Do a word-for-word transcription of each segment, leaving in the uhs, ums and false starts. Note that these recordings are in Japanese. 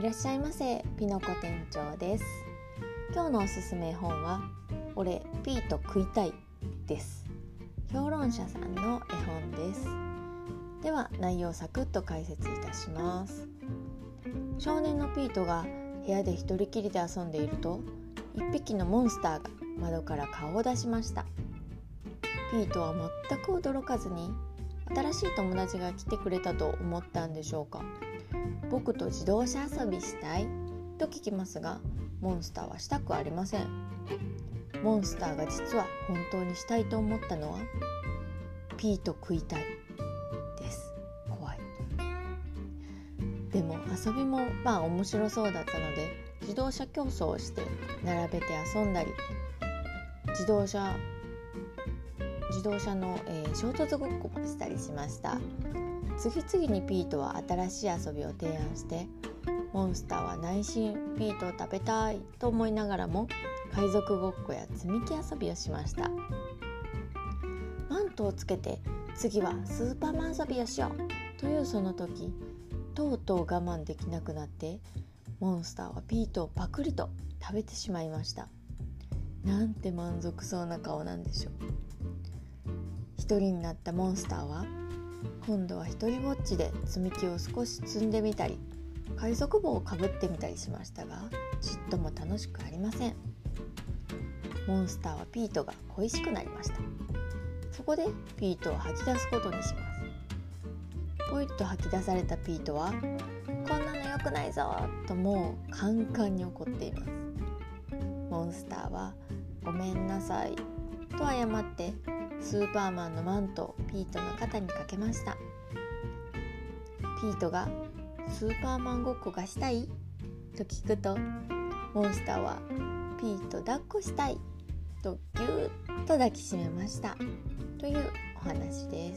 らっしゃいませ、ピノコ店長です。今日のおすすめ本は俺ピート食いたいです。評論者さんの絵本です。では内容をサクッと解説いたします。少年のピートが部屋で一人きりで遊んでいると、一匹のモンスターが窓から顔を出しました。ピートは全く驚かずに、新しい友達が来てくれたと思ったんでしょうか。僕と自動車遊びしたいと聞きますが、モンスターはしたくありません。モンスターが実は本当にしたいと思ったのはピート食いたいです。怖い。でも遊びもまあ面白そうだったので、自動車競争をして並べて遊んだり、自動車自動車の、えー、衝突ごっこもしたりしました。次々にピートは新しい遊びを提案して、モンスターは内心ピートを食べたいと思いながらも、海賊ごっこや積み木遊びをしました。マントをつけて次はスーパーマン遊びをしようというその時、とうとう我慢できなくなって、モンスターはピートをパクリと食べてしまいました。なんて満足そうな顔なんでしょう。一人になったモンスターは今度は一人ぼっちで積み木を少し積んでみたり、海賊帽をかぶってみたりしましたが、ちっとも楽しくありません。モンスターはピートが恋しくなりました。そこでピートを吐き出すことにします。ポイッと吐き出されたピートは、こんなの良くないぞともうカンカンに怒っています。モンスターはごめんなさいと謝ってスーパーマンのマントをピートの肩にかけました。ピートがスーパーマンごっこがしたいと聞くと、モンスターはピート抱っこしたいとぎゅーっと抱きしめましたというお話です。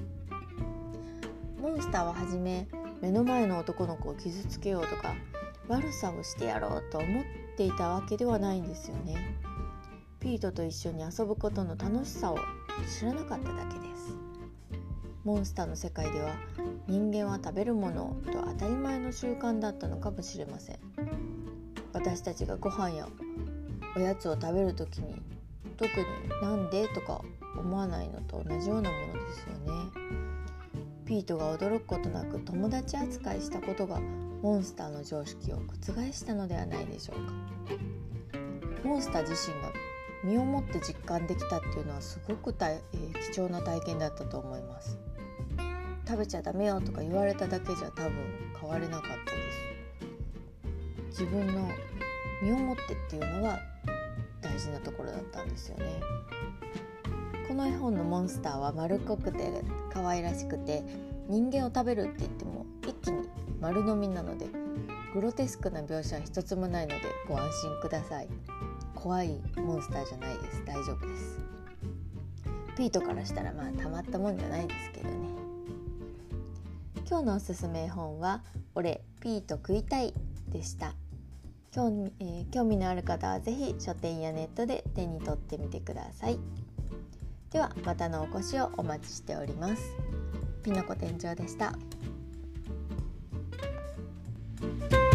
モンスターははじめ目の前の男の子を傷つけようとか悪さをしてやろうと思っていたわけではないんですよね。ピートと一緒に遊ぶことの楽しさを知らなかっただけです。モンスターの世界では人間は食べるものと当たり前の習慣だったのかもしれません。私たちがご飯やおやつを食べるときに特になんでとか思わないのと同じようなものですよね。ピートが驚くことなく友達扱いしたことがモンスターの常識を覆したのではないでしょうか。モンスター自身が身をもって実感できたっていうのはすごく大、えー、貴重な体験だったと思います。食べちゃダメよとか言われただけじゃ多分変われなかったです。自分の身をもってっていうのが大事なところだったんですよね。この絵本のモンスターは丸っこくて可愛らしくて、人間を食べるって言っても一気に丸飲みなので、グロテスクな描写は一つもないのでご安心ください。怖いモンスターじゃないです。大丈夫です。ピートからしたらまあたまったもんじゃないですけどね。今日のおすすめ絵本は俺ピート食いたいでした。興味、えー、興味のある方はぜひ書店やネットで手に取ってみてください。ではまたのお越しをお待ちしております。ピノコ店長でした。